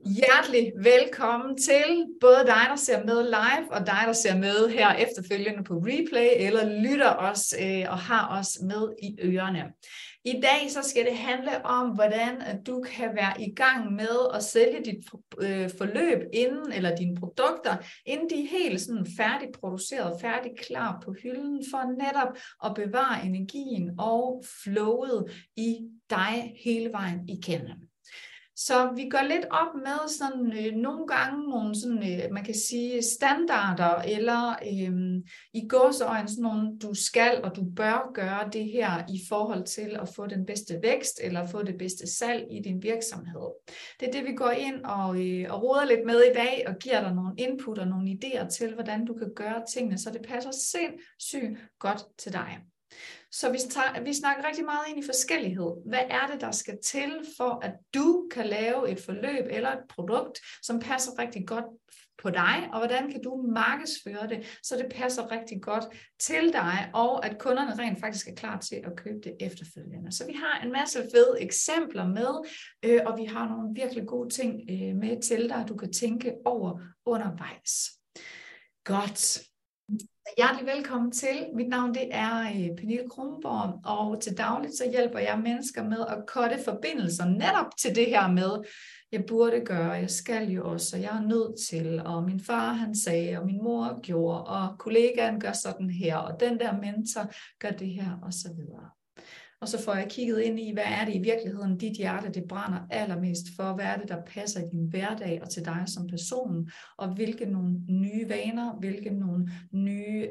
Hjertelig velkommen til både dig, der ser med live, og dig, der ser med her efterfølgende på replay, eller lytter os og har os med i ørerne. I dag så skal det handle om, hvordan du kan være i gang med at sælge dit forløb inden, eller dine produkter, inden de er helt sådan færdigproduceret, færdig klar på hylden, for netop at bevare energien og flowet i dig hele vejen igennem. Så vi går lidt op med sådan nogle gange nogle sådan, man kan sige standarder, eller i gåseøjne sådan nogle, du skal og du bør gøre det her i forhold til at få den bedste vækst, eller få det bedste salg i din virksomhed. Det er det, vi går ind og roder lidt med i dag, og giver dig nogle input og nogle idéer til, hvordan du kan gøre tingene, så det passer sindssygt godt til dig. Så vi snakker rigtig meget ind i forskellighed. Hvad er det, der skal til, for at du kan lave et forløb eller et produkt, som passer rigtig godt på dig, og hvordan kan du markedsføre det, så det passer rigtig godt til dig, og at kunderne rent faktisk er klar til at købe det efterfølgende. Så vi har en masse fede eksempler med, og vi har nogle virkelig gode ting med til dig, du kan tænke over undervejs. Godt. Hjertelig velkommen til. Mit navn det er Pernille Kronborg, og til dagligt så hjælper jeg mennesker med at cutte forbindelser netop til det her med, jeg burde gøre, jeg skal jo også, og jeg er nødt til, og min far han sagde, og min mor gjorde, og kollegaen gør sådan her, og den der mentor gør det her, og så videre. Og så får jeg kigget ind i, hvad er det i virkeligheden, dit hjerte det brænder allermest for, hvad er det, der passer i din hverdag og til dig som person, og hvilke nogle nye vaner, hvilke nogle nye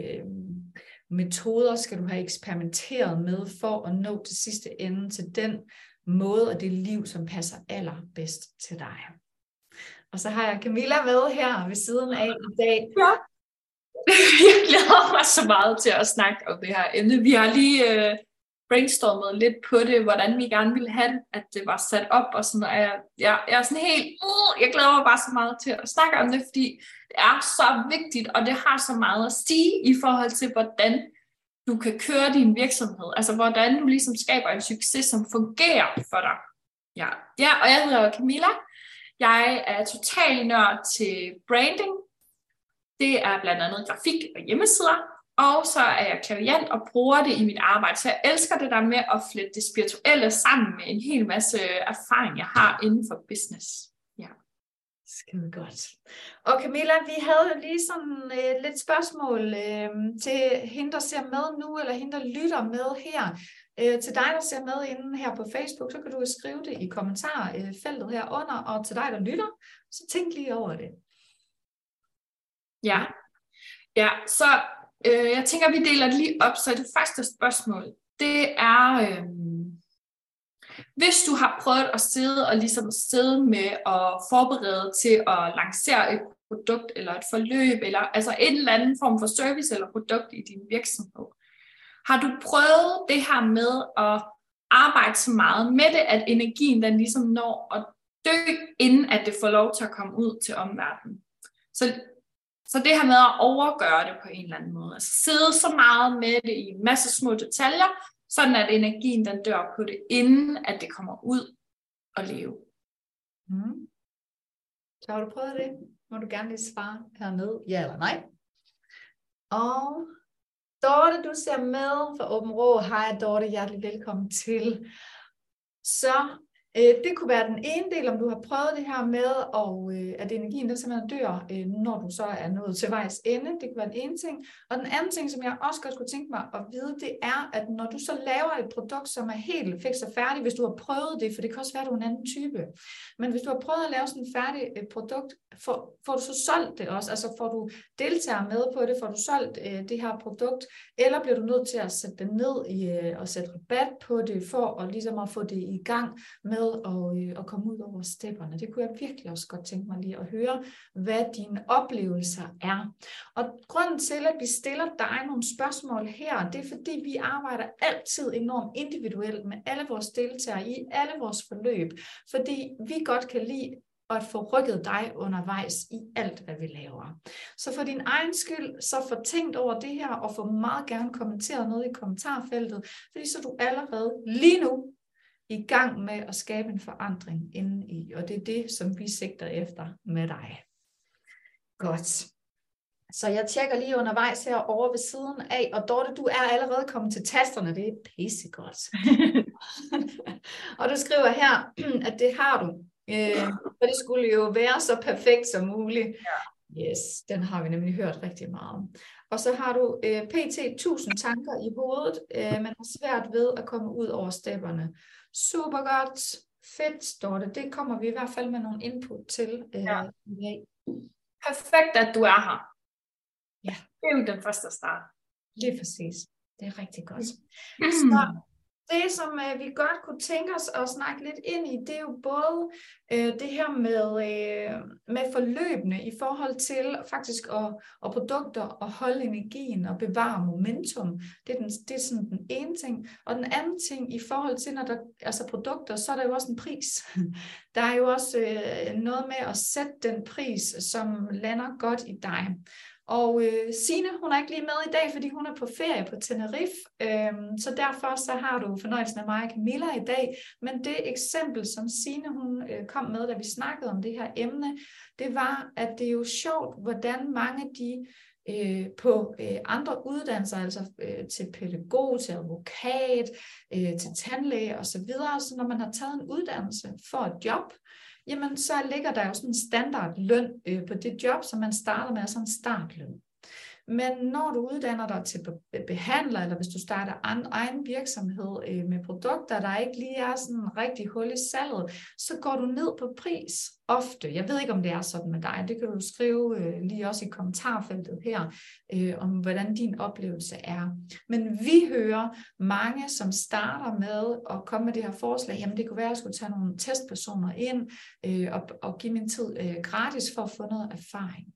metoder skal du have eksperimenteret med, for at nå til sidste ende til den måde og det liv, som passer allerbedst til dig. Og så har jeg Camilla med her ved siden af i dag. Ja. Jeg glæder mig så meget til at snakke om det her emne. Vi har lige brainstormet lidt på det, hvordan vi gerne ville have, at det var sat op, og sådan, og jeg er sådan helt, jeg glæder mig bare så meget til at snakke om det, fordi det er så vigtigt, og det har så meget at sige i forhold til, hvordan du kan køre din virksomhed, altså hvordan du ligesom skaber en succes, som fungerer for dig. Ja, og jeg hedder Camilla. Jeg er total nørd til branding. Det er blandt andet grafik og hjemmesider. Og så er jeg klaviant og bruger det i mit arbejde. Så jeg elsker det der med at flette det spirituelle sammen med en hel masse erfaring, jeg har inden for business. Ja. Skide godt. Og Camilla, vi havde lige sådan lidt spørgsmål til hende, der ser med nu, eller hende, der lytter med her. Til dig, der ser med inde her på Facebook, så kan du skrive det i kommentarfeltet herunder, og til dig, der lytter, så tænk lige over det. Ja, så jeg tænker, vi deler det lige op, så det første spørgsmål, det er, hvis du har prøvet at sidde med at forberede til at lancere et produkt eller et forløb, eller altså en eller anden form for service eller produkt i din virksomhed. Har du prøvet det her med at arbejde så meget med det, at energien den ligesom når at dø, inden at det får lov til at komme ud til omverdenen? Så det her med at overgøre det på en eller anden måde, altså sidde så meget med det i en masse små detaljer, sådan at energien den dør på det, inden at det kommer ud og leve. Så har du prøvet det? Må du gerne lige svare hernede, ja eller nej. Og Dorte, du ser med fra Åben Rå. Hej Dorte, hjertelig velkommen til. Så det kunne være den ene del, om du har prøvet det her med, at energien den simpelthen dør, når du så er nået til vejs ende. Det kunne være den ene ting. Og den anden ting, som jeg også godt kunne tænke mig at vide, det er, at når du så laver et produkt, som er helt fikst og færdigt, hvis du har prøvet det, for det kan også være, at du er en anden type. Men hvis du har prøvet at lave sådan et færdigt produkt, får du så solgt det også? Altså får du deltagere med på det? Får du solgt det her produkt? Eller bliver du nødt til at sætte det ned og sætte rabat på det, for at ligesom at få det i gang med at komme ud over stepperne. Det kunne jeg virkelig også godt tænke mig lige at høre, hvad dine oplevelser er. Og grunden til, at vi stiller dig nogle spørgsmål her, det er fordi, vi arbejder altid enormt individuelt med alle vores deltagere i alle vores forløb, fordi vi godt kan lide at få rykket dig undervejs i alt, hvad vi laver. Så for din egen skyld, så få tænkt over det her, og få meget gerne kommenteret noget i kommentarfeltet, fordi så du allerede lige nu i gang med at skabe en forandring indeni, og det er det, som vi sigter efter med dig. Godt. Så jeg tjekker lige undervejs her over ved siden af, og Dorte, du er allerede kommet til tasterne, det er pissegodt. Og du skriver her, at det har du. Og det skulle jo være så perfekt som muligt. Yes, den har vi nemlig hørt rigtig meget. Og så har du pt. 1000 tanker i hovedet, men har svært ved at komme ud over stepperne. Super godt. Fedt, Dorte. Det kommer vi i hvert fald med nogle input til i dag. Perfekt, at du er her. Ja. Det er jo den første start. Lige præcis. Det er rigtig godt. Så det, som vi godt kunne tænke os at snakke lidt ind i, det er jo både det her med forløbene i forhold til faktisk og produkter og holde energien og bevare momentum. Det er sådan den ene ting. Og den anden ting i forhold til, når der altså produkter, så er der jo også en pris. Der er jo også noget med at sætte den pris, som lander godt i dig. Og Signe, hun er ikke lige med i dag, fordi hun er på ferie på Tenerife, så derfor så har du fornøjelsen af mig og Camilla i dag. Men det eksempel, som Signe hun kom med, da vi snakkede om det her emne, det var, at det er jo sjovt, hvordan mange de på andre uddannelser, altså til pædagog, til advokat, til tandlæge osv., så når man har taget en uddannelse for et job, jamen så ligger der jo sådan en standardløn på det job, som man starter med, altså en startløn. Men når du uddanner dig til behandler, eller hvis du starter egen virksomhed med produkter, der ikke lige er sådan en rigtig hul i salget, så går du ned på pris ofte. Jeg ved ikke, om det er sådan med dig. Det kan du skrive lige også i kommentarfeltet her, om hvordan din oplevelse er. Men vi hører mange, som starter med at komme med det her forslag. Jamen det kunne være, at jeg skulle tage nogle testpersoner ind og give min tid gratis for at få noget erfaring.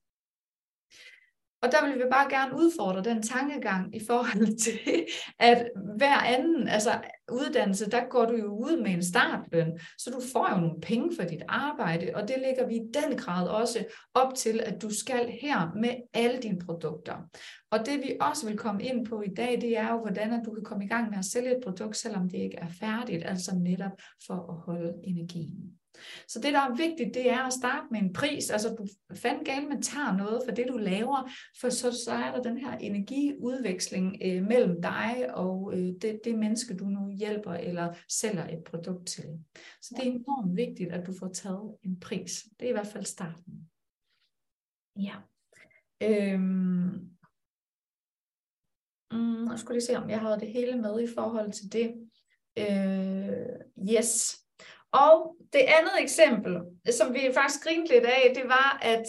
Og der vil vi bare gerne udfordre den tankegang i forhold til, at hver anden uddannelse, der går du jo ud med en startløn, så du får jo nogle penge for dit arbejde, og det lægger vi i den grad også op til, at du skal her med alle dine produkter. Og det vi også vil komme ind på i dag, det er jo, hvordan at du kan komme i gang med at sælge et produkt, selvom det ikke er færdigt, altså netop for at holde energien. Så det, der er vigtigt, det er at starte med en pris. Altså, du fandme gerne med tager noget for det, du laver, for så er der den her energiudveksling mellem dig og det menneske, du nu hjælper eller sælger et produkt til. Så det er enormt vigtigt, at du får taget en pris. Det er i hvert fald starten. Ja. Nu skulle jeg se, om jeg havde det hele med i forhold til det. Yes. Og det andet eksempel, som vi faktisk grinte lidt af, det var, at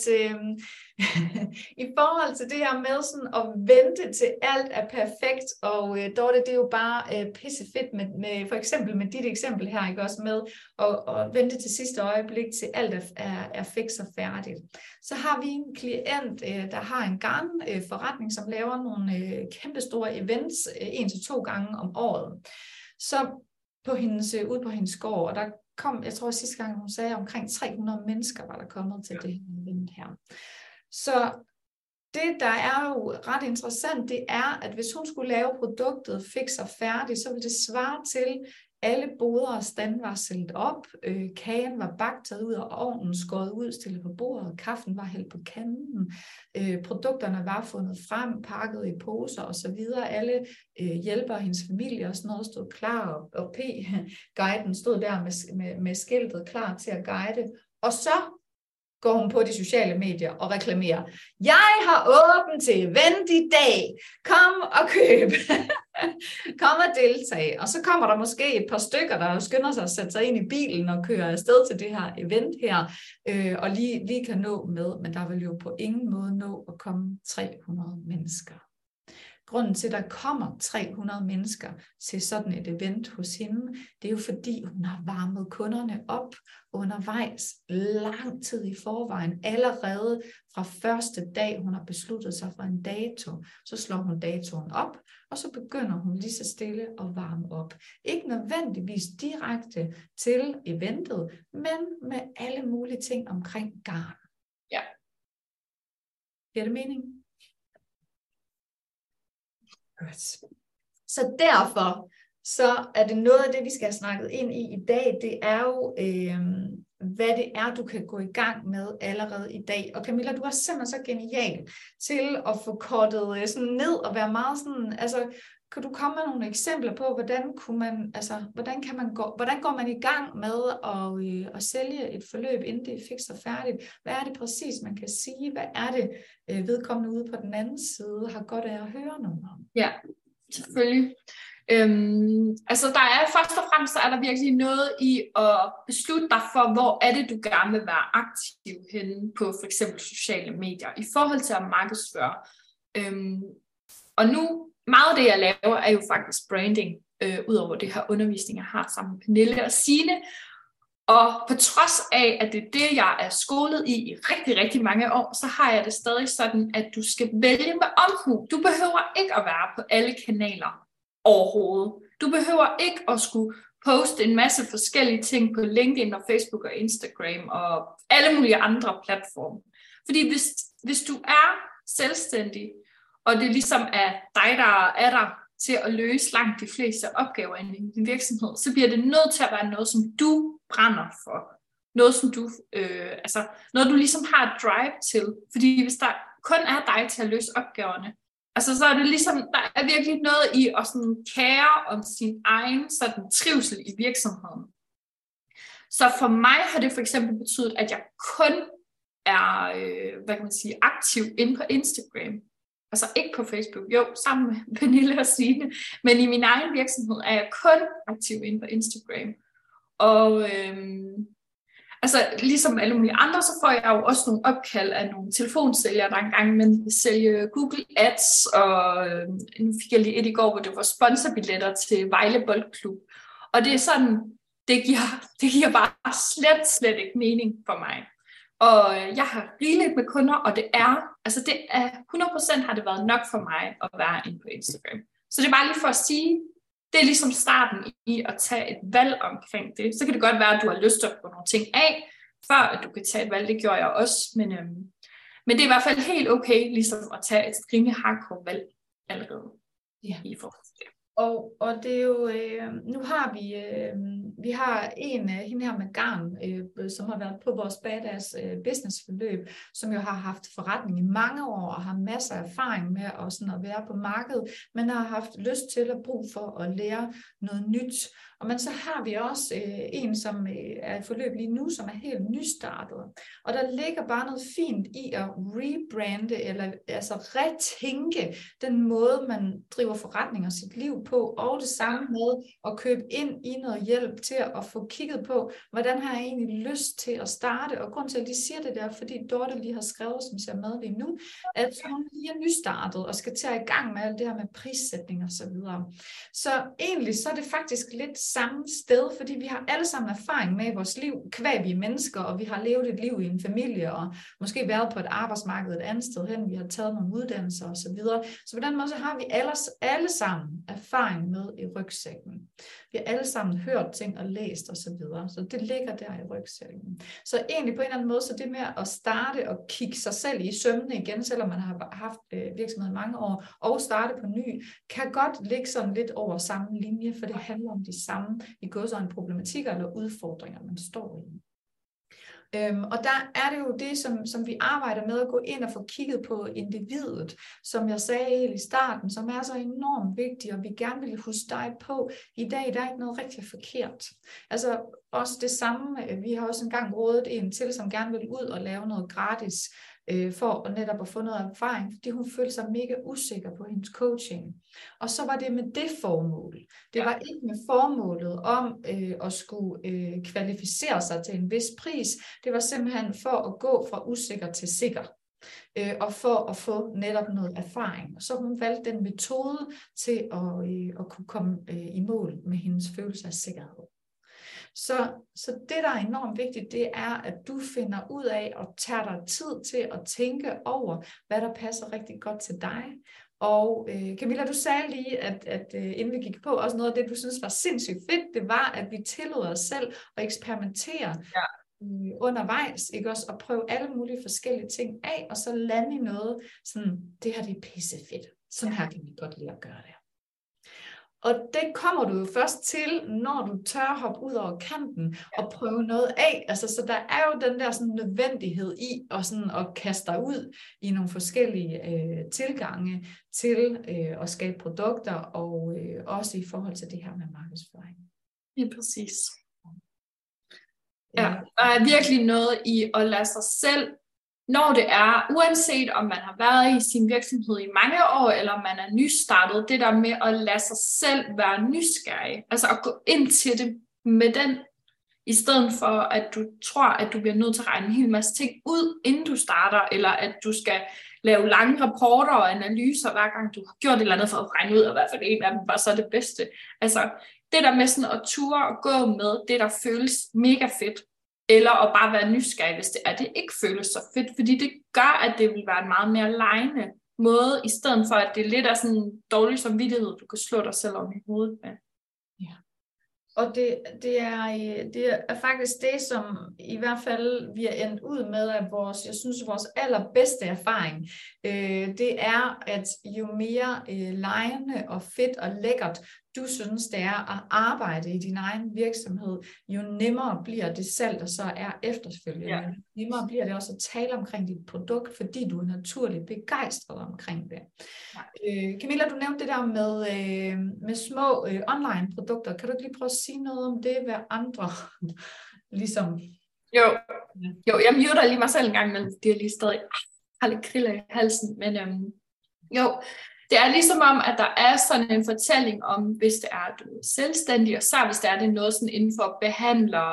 i forhold til det her med sådan at vente til alt er perfekt, og Dorte, det er jo bare pissefedt med for eksempel med dit eksempel her, ikke også med at vente til sidste øjeblik til alt er fikst og færdigt. Så har vi en klient, der har en garnforretning, som laver nogle kæmpestore events 1-2 gange om året. Så ude på hendes gård, og der kom, jeg tror sidste gang hun sagde, omkring 300 mennesker var der kommet til det event her. Så det, der er jo ret interessant, det er, at hvis hun skulle lave produktet fikst og færdigt, så ville det svare til, alle boder og stand var stillet op, kagen var bagt, taget ud af ovnen, skåret ud, stillet på bordet, kaffen var hældt på kanden, produkterne var fundet frem, pakket i poser osv. Alle hjælpere og hendes familie og sådan noget stod klar, og P-guiden stod der med skiltet klar til at guide. Og så går hun på de sociale medier og reklamerer, jeg har åbent til event i dag, kom og køb, kom og deltag. Og så kommer der måske et par stykker, der skynder sig at sætte sig ind i bilen og køre afsted til det her event her, og lige kan nå med, men der vil jo på ingen måde nå at komme 300 mennesker. Grunden til, at der kommer 300 mennesker til sådan et event hos hende, det er jo fordi, hun har varmet kunderne op undervejs lang tid i forvejen. Allerede fra første dag, hun har besluttet sig for en dato, så slår hun datoen op, og så begynder hun lige så stille at varme op. Ikke nødvendigvis direkte til eventet, men med alle mulige ting omkring garn. Ja. Giver det mening? Godt. Så derfor, så er det noget af det, vi skal have snakket ind i dag. Det er jo, hvad det er, du kan gå i gang med allerede i dag. Og Camilla, du er simpelthen så genial til at få kortet sådan ned og være meget sådan, altså, kan du komme med nogle eksempler på, hvordan går man i gang med at sælge et forløb, inden det er fikst og færdigt? Hvad er det præcis, man kan sige? Hvad er det, vedkommende ude på den anden side har godt af at høre noget om? Ja, selvfølgelig. Altså der er først og fremmest, er der virkelig noget i at beslutte dig for, hvor er det, du gerne vil være aktiv henne på for eksempel sociale medier, i forhold til at markedsføre. Og nu, meget af det, jeg laver, er jo faktisk branding, udover det her undervisning, jeg har sammen med Pernille og Signe. Og på trods af, at det er det, jeg er skolet i rigtig, rigtig mange år, så har jeg det stadig sådan, at du skal vælge med omhu. Du behøver ikke at være på alle kanaler overhovedet. Du behøver ikke at skulle poste en masse forskellige ting på LinkedIn og Facebook og Instagram og alle mulige andre platforme. Fordi hvis du er selvstændig, og det ligesom er dig, der er der til at løse langt de fleste opgaver i din virksomhed, så bliver det nødt til at være noget, som du brænder for. Noget, som du, noget du ligesom har et drive til. Fordi hvis der kun er dig til at løse opgaverne, altså så er det ligesom, der er virkelig noget i at sådan kære om sin egen sådan trivsel i virksomheden. Så for mig har det for eksempel betydet, at jeg kun er, aktiv inde på Instagram. Altså ikke på Facebook, jo, sammen med Pernille og Signe, men i min egen virksomhed er jeg kun aktiv inde på Instagram. Og ligesom alle mulige andre, så får jeg jo også nogle opkald af nogle telefonsælgere, der engang man vil sælge Google Ads, og nu fik jeg lige et i går, hvor det var sponsorbilletter til Vejle Boldklub. Og det er sådan, det giver bare slet ikke mening for mig. Og jeg har rigeligt med kunder, og det er 100% har det været nok for mig at være inde på Instagram. Så det er bare lige for at sige, det er ligesom starten i at tage et valg omkring det. Så kan det godt være, at du har lyst til at få nogle ting af, før at du kan tage et valg. Det gjorde jeg også, men det er i hvert fald helt okay ligesom at tage et rimelig hardcore valg allerede i forhold til det. Og det er jo, nu har vi har hende her med garn, som har været på vores badass businessforløb, som jo har haft forretning i mange år og har masser af erfaring med at være på markedet, men har haft lyst til at bruge for at lære noget nyt. Men så har vi også en, som er i forløb lige nu, som er helt nystartet. Og der ligger bare noget fint i at rebrande, eller altså retænke den måde, man driver forretninger sit liv på, og det samme med at købe ind i noget hjælp til at få kigget på, hvordan har jeg egentlig lyst til at starte. Og grund til, at de siger det der, fordi Dorte lige har skrevet, som ser med lige nu, at hun lige er nystartet og skal til at i gang med alt det her med prissætning og så videre. Så egentlig så er det faktisk lidt samme sted, fordi vi har alle sammen erfaring med i vores liv, kvad vi er mennesker, og vi har levet et liv i en familie, og måske været på et arbejdsmarked et andet sted hen, vi har taget nogle uddannelser og så videre. Så på den måde så har vi alle sammen erfaring med i rygsækken. Vi har alle sammen hørt ting og læst og så videre, så det ligger der i rygsækken. Så egentlig på en eller anden måde, så det med at starte og kigge sig selv i sømmene igen, selvom man har haft virksomhed i mange år, og starte på ny, kan godt ligge sådan lidt over samme linje, for det handler om de samme i gåseøjne problematikker eller udfordringer, man står i. Og der er det jo det, som vi arbejder med at gå ind og få kigget på individet, som jeg sagde helt i starten, som er så enormt vigtigt, og vi gerne vil huske dig på i dag. Der er ikke noget rigtig forkert. Altså også det samme, vi har også engang rådet en til, som gerne vil ud og lave noget gratis, for at netop at få noget erfaring, fordi hun følte sig mega usikker på hendes coaching. Og så var det med det formål. Det var ikke med formålet om at skulle kvalificere sig til en vis pris. Det var simpelthen for at gå fra usikker til sikker. Og for at få netop noget erfaring. Så hun valgte den metode til at kunne komme i mål med hendes følelse af sikkerhed. Så det, der er enormt vigtigt, det er, at du finder ud af og tager dig tid til at tænke over, hvad der passer rigtig godt til dig. Og Camilla, du sagde lige, at inden vi gik på, også noget af det, du synes var sindssygt fedt, det var, at vi tillod os selv at eksperimentere undervejs, ikke også, og prøve alle mulige forskellige ting af, og så lande i noget, sådan, det her det er pissefedt. Sådan her kan vi godt lide at gøre det. Og det kommer du jo først til, når du tør hoppe ud over kanten og prøve noget af. Altså, så der er jo den der sådan nødvendighed i at kaste dig ud i nogle forskellige tilgange til at skabe produkter, og også i forhold til det her med markedsføring. Ja, præcis. Ja, der er virkelig noget i at lade sig selv, når det er, uanset om man har været i sin virksomhed i mange år, eller man er nystartet, det der med at lade sig selv være nysgerrig, altså at gå ind til det med den, i stedet for at du tror, at du bliver nødt til at regne en hel masse ting ud, inden du starter, eller at du skal lave lange rapporter og analyser, hver gang du har gjort et eller andet for at regne ud, og i hvert fald en af dem var så det bedste. Altså det der med sådan at ture og gå med det, der føles mega fedt, eller at bare være nysgerrig, hvis det er, det ikke føles så fedt, fordi det gør, at det vil være en meget mere lejende måde, i stedet for, at det lidt er sådan en dårlig samvittighed, du kan slå dig selv om i hovedet med. Ja. Og det er faktisk det, som i hvert fald vi er endt ud med, at vores allerbedste erfaring, det er, at jo mere lejende og fedt og lækkert du synes, det er at arbejde i din egen virksomhed, jo nemmere bliver det salg, der så er efterfølgende. Ja. Nemmere bliver det også at tale omkring dit produkt, fordi du er naturligt begejstret omkring det. Ja. Camilla, du nævnte det der med små online produkter. Kan du ikke lige prøve at sige noget om det, hvad andre ligesom... Jo, jeg muter lige mig selv en gang, men det er lige stadig har lidt kriller i halsen, men jo, det er ligesom om, at der er sådan en fortælling om, hvis det er, at du er selvstændig, og så hvis det er, det noget sådan inden for behandler,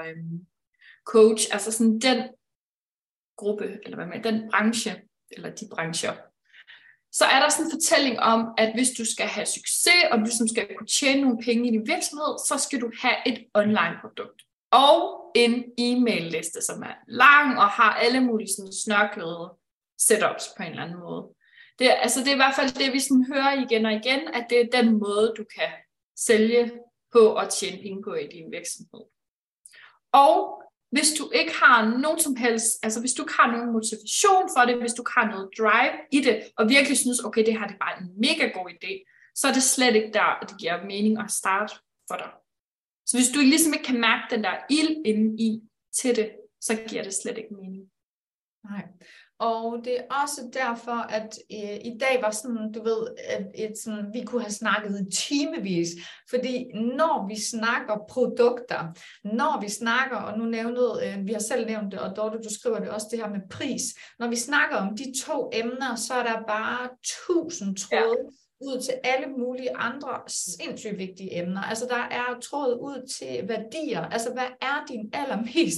coach, altså sådan den gruppe, eller hvad med, den branche, eller de brancher, så er der sådan en fortælling om, at hvis du skal have succes, og du som skal kunne tjene nogle penge i din virksomhed, så skal du have et online produkt. Og en e-mail-liste, som er lang og har alle mulige sådan snørklede setups på en eller anden måde. Det er i hvert fald det, vi sådan hører igen og igen, at det er den måde, du kan sælge på og tjene penge på i din virksomhed. Og hvis du ikke har nogen som helst, altså hvis du ikke har nogen motivation for det, hvis du ikke har noget drive i det, og virkelig synes, okay, det her det er bare en mega god idé, så er det slet ikke der, at det giver mening at starte for dig. Så hvis du ligesom ikke kan mærke den der ild inde i til det, så giver det slet ikke mening. Nej. Og det er også derfor, at i dag var sådan, du ved, vi kunne have snakket timevis, fordi når vi snakker produkter, når vi snakker, og nu nævnte, vi har selv nævnt det, og Dorte, du skriver det også, det her med pris, når vi snakker om de to emner, så er der bare 1000 tråde ud til alle mulige andre sindssygt vigtige emner. Altså der er tråd ud til værdier, altså hvad er din allermest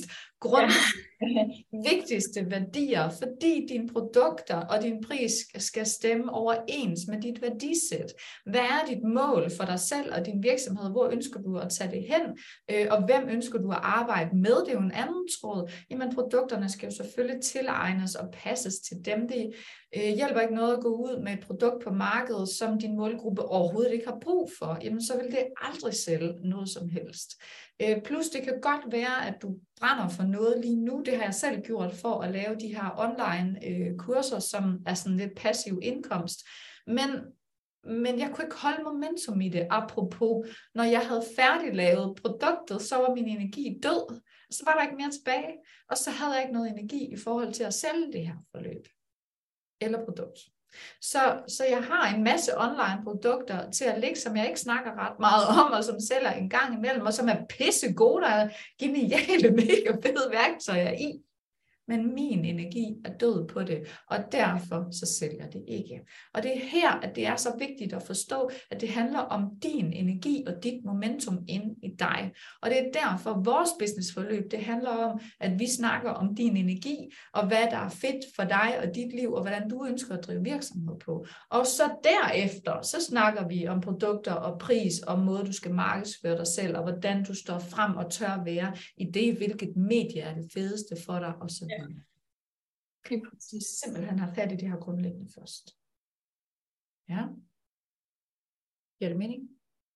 vigtigste værdier, fordi dine produkter og din pris skal stemme overens med dit værdisæt. Hvad er dit mål for dig selv og din virksomhed? Hvor ønsker du at tage det hen? Og hvem ønsker du at arbejde med? Det er jo en anden tråd. Jamen produkterne skal jo selvfølgelig tilegnes og passes til dem. Det hjælper ikke noget at gå ud med et produkt på markedet, som din målgruppe overhovedet ikke har brug for. Jamen så vil det aldrig sælge noget som helst. Plus det kan godt være, at du brænder for noget lige nu. Det har jeg selv gjort for at lave de her online kurser, som er sådan lidt passiv indkomst. Men jeg kunne ikke holde momentum i det. Apropos, når jeg havde færdiglavet produktet, så var min energi død. Så var der ikke mere tilbage. Og så havde jeg ikke noget energi i forhold til at sælge det her forløb. Eller produkt. Så jeg har en masse online produkter til at ligge, som jeg ikke snakker ret meget om, og som sælger en gang imellem, og som er pisse gode, der er geniale, mega fede værktøjer i. Men min energi er død på det, og derfor så sælger det ikke. Og det er her, at det er så vigtigt at forstå, at det handler om din energi og dit momentum inde i dig. Og det er derfor, vores businessforløb, det handler om, at vi snakker om din energi, og hvad der er fedt for dig og dit liv, og hvordan du ønsker at drive virksomhed på. Og så derefter, så snakker vi om produkter og pris, og måde du skal markedsføre dig selv, og hvordan du står frem og tør være i det, hvilket medie er det fedeste for dig, og så Okay, præcis. Simpelthen have fat i det her grundlæggende først. Ja. Giver det mening?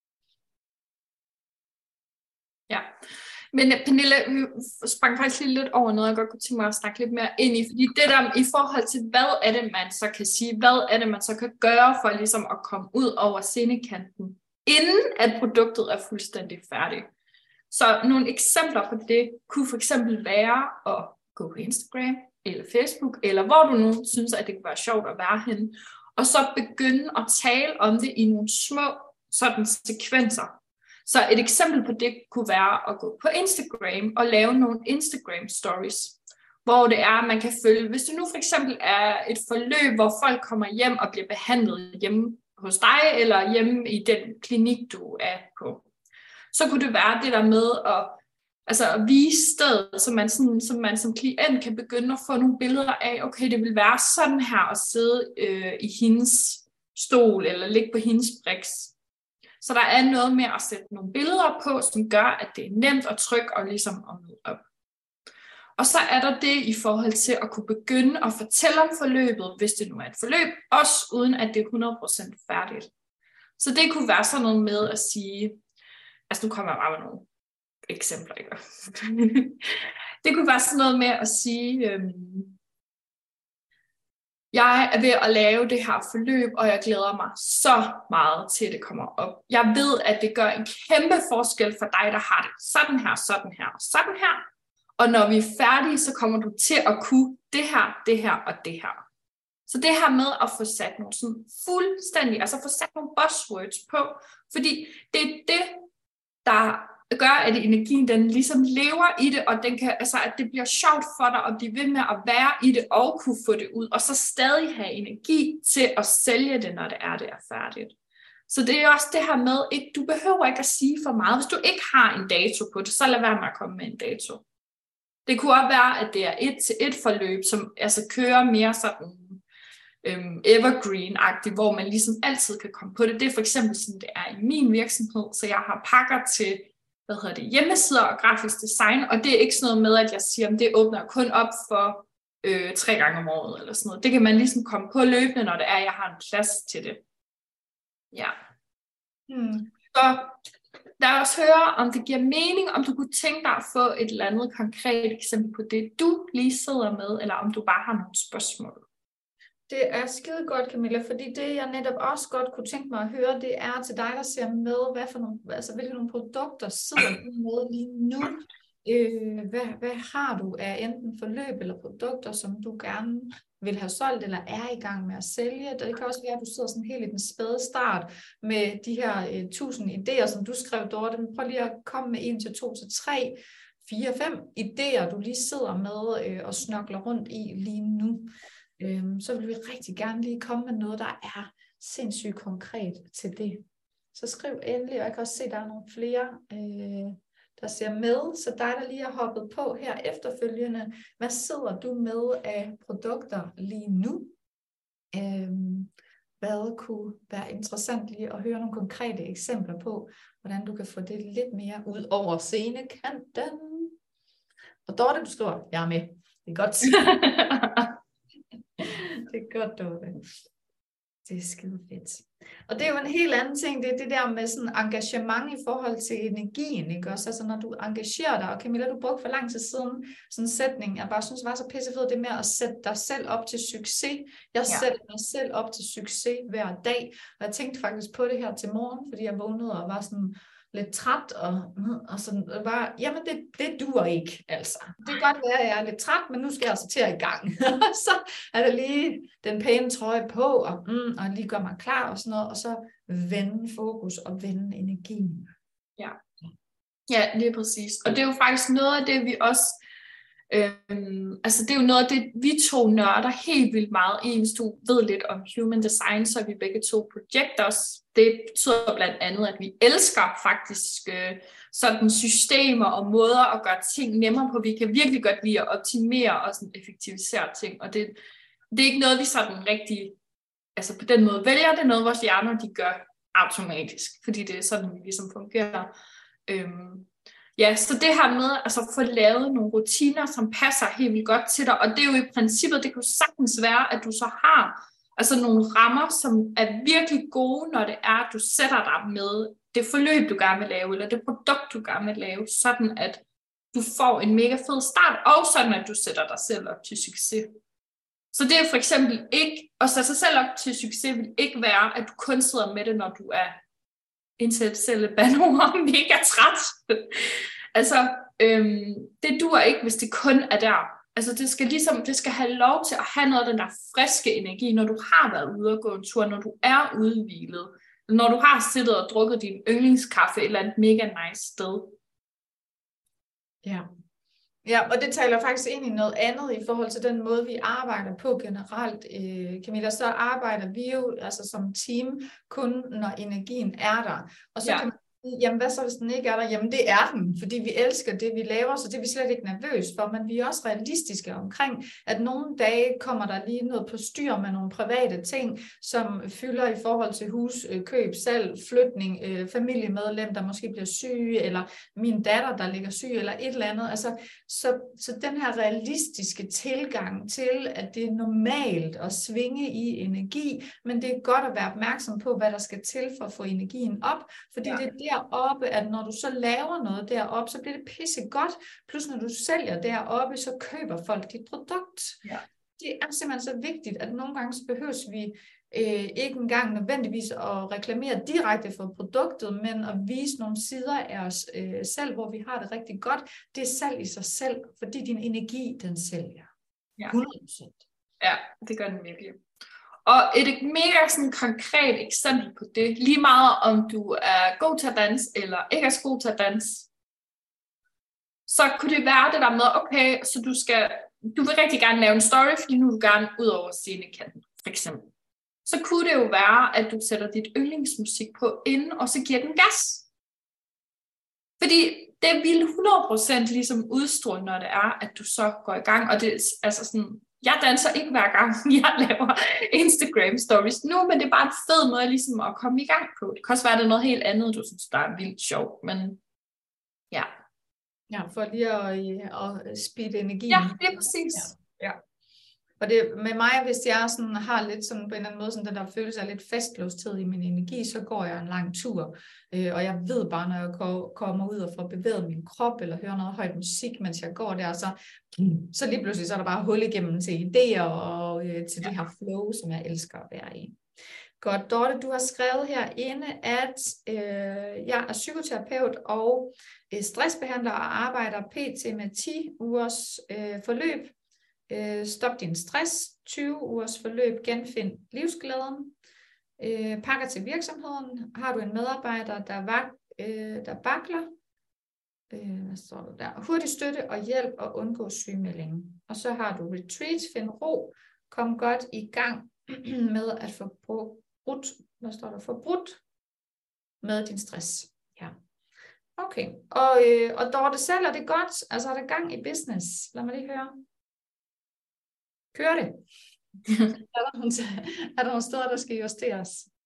Ja. Men Pernille, vi sprang faktisk lidt over noget, jeg godt kunne tænke mig at snakke lidt mere ind i, fordi det der i forhold til, hvad er det, man så kan sige, hvad er det, man så kan gøre for ligesom at komme ud over scenekanten inden at produktet er fuldstændig færdigt. Så nogle eksempler på det kunne for eksempel være at gå på Instagram eller Facebook, eller hvor du nu synes, at det kunne være sjovt at være henne, og så begynde at tale om det i nogle små sådan sekvenser. Så et eksempel på det kunne være at gå på Instagram og lave nogle Instagram stories, hvor det er, at man kan følge, hvis det nu for eksempel er et forløb, hvor folk kommer hjem og bliver behandlet hjemme hos dig, eller hjemme i den klinik, du er på. Så kunne det være det der med at vise stedet, så man som klient kan begynde at få nogle billeder af, okay, det vil være sådan her at sidde i hendes stol, eller ligge på hendes briks. Så der er noget med at sætte nogle billeder på, som gør, at det er nemt og trygt og ligesom at møde op. Og så er der det i forhold til at kunne begynde at fortælle om forløbet, hvis det nu er et forløb, også uden at det er 100% færdigt. Så det kunne være sådan noget med at sige, altså nu kommer jeg bare med nogle eksempler, ikke? Det kunne være sådan noget med at sige, jeg er ved at lave det her forløb, og jeg glæder mig så meget til, at det kommer op. Jeg ved, at det gør en kæmpe forskel for dig, der har det sådan her, sådan her og sådan her. Og når vi er færdige, så kommer du til at kunne det her og det her. Så det her med at få sat nogle sådan fuldstændig, altså få sat nogle buzzwords på, fordi det er det, der gør, at energien den ligesom lever i det, og den kan, altså, at det bliver sjovt for dig at blive ved med at være i det og kunne få det ud, og så stadig have energi til at sælge det, når det er færdigt. Så det er også det her med, ikke, du behøver ikke at sige for meget. Hvis du ikke har en dato på det, så lad være med at komme med en dato. Det kunne også være, at det er 1-til-1 forløb, som altså kører mere sådan evergreen-agtigt, hvor man ligesom altid kan komme på det. Det er for eksempel sådan, det er i min virksomhed, så jeg har pakker til hjemmesider og grafisk design, og det er ikke sådan noget med, at jeg siger, at det åbner kun op for 3 gange om året, eller sådan noget. Det kan man ligesom komme på løbende, når det er, at jeg har en plads til det. Ja. Så lad os høre, om det giver mening, om du kunne tænke dig at få et eller andet konkret eksempel på det, du lige sidder med, eller om du bare har nogle spørgsmål. Det er skide godt, Camilla, fordi det, jeg netop også godt kunne tænke mig at høre, det er til dig, der ser med, hvilke nogle produkter sidder du med lige nu? Hvad har du af enten forløb eller produkter, som du gerne vil have solgt, eller er i gang med at sælge? Det kan også være, at du sidder sådan helt i den spæde start med de her 1000 idéer, som du skrev, Dorte. Men prøv lige at komme med 1 til 2 til 3, 4, 5 idéer, du lige sidder med og snokler rundt i lige nu. Så vil vi rigtig gerne lige komme med noget, der er sindssygt konkret til det. Så skriv endelig, og jeg kan også se, at der er nogle flere, der ser med. Så dig, der lige har hoppet på her efterfølgende, hvad sidder du med af produkter lige nu? Hvad kunne være interessant lige at høre nogle konkrete eksempler på, hvordan du kan få det lidt mere ud over scenekanten. Og Dorte, du skriver, jeg er med. Det er godt. Det er godt, Dorte. Det er skide fedt. Og det er jo en helt anden ting, det er det der med sådan engagement i forhold til energien, ikke også? Altså når du engagerer dig, og Camilla, du brugte for lang tid siden sådan en sætning, jeg bare synes var så pissefed, det med at sætte dig selv op til succes. Jeg sætter mig selv op til succes hver dag, og jeg tænkte faktisk på det her til morgen, fordi jeg vågnede og var sådan lidt træt, og sådan bare, jamen det duer ikke, altså. Det kan godt være, at jeg er lidt træt, men nu skal jeg altså til at i gang. Så er der lige den pæne trøje på, og lige gør mig klar og sådan noget, og så vende fokus og vende energien. Ja, lige præcis. Og det er jo faktisk noget af det, vi også altså det er jo noget af det, vi to nørder helt vildt meget i. Hvis du ved lidt om human design, så er vi begge to projectors. Det betyder blandt andet, at vi elsker faktisk sådan systemer og måder at gøre ting nemmere på. Vi kan virkelig godt lide at optimere og sådan effektivisere ting. Og det er ikke noget, vi sådan rigtig, altså på den måde vælger. Det er noget, vores hjerner de gør automatisk, fordi det er sådan, vi ligesom fungerer. Ja, så det her med altså få lavet nogle rutiner, som passer helt vildt godt til dig, og det er jo i princippet, det kan jo sagtens være, at du så har altså nogle rammer, som er virkelig gode, når det er, at du sætter dig med det forløb, du gerne vil lave, eller det produkt, du gerne vil lave, sådan at du får en mega fed start, og sådan at du sætter dig selv op til succes. Så det er for eksempel ikke, at sætte sig selv op til succes vil ikke være, at du kun sidder med det, når du er intellectuelle banord mega træt. Altså, det dur ikke, hvis det kun er der. Altså, det skal have lov til at have noget af den der friske energi, når du har været ude og gå en tur, når du er udhvilet, når du har siddet og drukket din yndlingskaffe et eller andet mega nice sted. Ja. Ja, og det taler faktisk ind i noget andet i forhold til den måde, vi arbejder på generelt, Camilla. Så arbejder vi jo altså som team kun, når energien er der. Og så kan man sige, jamen hvad så, hvis den ikke er der? Jamen det er den, fordi vi elsker det, vi laver, så det er vi slet ikke nervøs for. Men vi er også realistiske omkring, at nogle dage kommer der lige noget på styr med nogle private ting, som fylder i forhold til hus, køb, salg, flytning, familiemedlem, der måske bliver syg, eller min datter, der ligger syg, eller et eller andet. Altså, så den her realistiske tilgang til, at det er normalt at svinge i energi, men det er godt at være opmærksom på, hvad der skal til for at få energien op, fordi det er deroppe, at når du så laver noget deroppe, så bliver det pisse godt, plus når du sælger deroppe, så køber folk dit produkt. Ja. Det er simpelthen så vigtigt, at nogle gange så behøves vi ikke engang nødvendigvis at reklamere direkte for produktet, men at vise nogle sider af os selv, hvor vi har det rigtig godt. Det er salg i sig selv, fordi din energi, den sælger. Ja. 100%. Ja, det gør den virkelig. Og et mega sådan konkret eksempel på det, lige meget om du er god til at danse, eller ikke er så god til at danse, så kunne det være det der med, okay, så du vil rigtig gerne lave en story, fordi nu vil du gerne ud over scenekanten, for eksempel. Så kunne det jo være, at du sætter dit yndlingsmusik på inden, og så giver den gas. Fordi det vil 100% ligesom udstråle, når det er, at du så går i gang. Og det altså sådan, jeg danser ikke hver gang, jeg laver Instagram stories nu, men det er bare en fed måde ligesom at komme i gang på. Det kan også være, det er noget helt andet, du synes, der er vildt sjovt, men ja. Ja, for lige at speede energien. Ja, det er præcis. Ja. Og det med mig, hvis jeg sådan har lidt sådan på en eller anden måde, sådan den der følelse af lidt fastlåsthed i min energi, så går jeg en lang tur. Og jeg ved bare, når jeg kommer ud og får bevæget min krop, eller hører noget højt musik, mens jeg går der, så lige pludselig så er der bare hul igennem til idéer og til det her flow, som jeg elsker at være i. Godt, Dorte, du har skrevet herinde, at jeg er psykoterapeut og stressbehandler og arbejder pt. Med 10 ugers forløb. Stop din stress, 20 ugers forløb, genfind livsglæden, pakker til virksomheden, har du en medarbejder, der vakler, hvad står der der? Hurtig støtte og hjælp og undgå sygemeldingen. Og så har du retreat, find ro, kom godt i gang med at få brudt med din stress. Ja. Okay, og Dorte, selv er det godt? Altså er der gang i business? Lad mig lige høre. Kører det? Er der nogle steder, der skal justeres?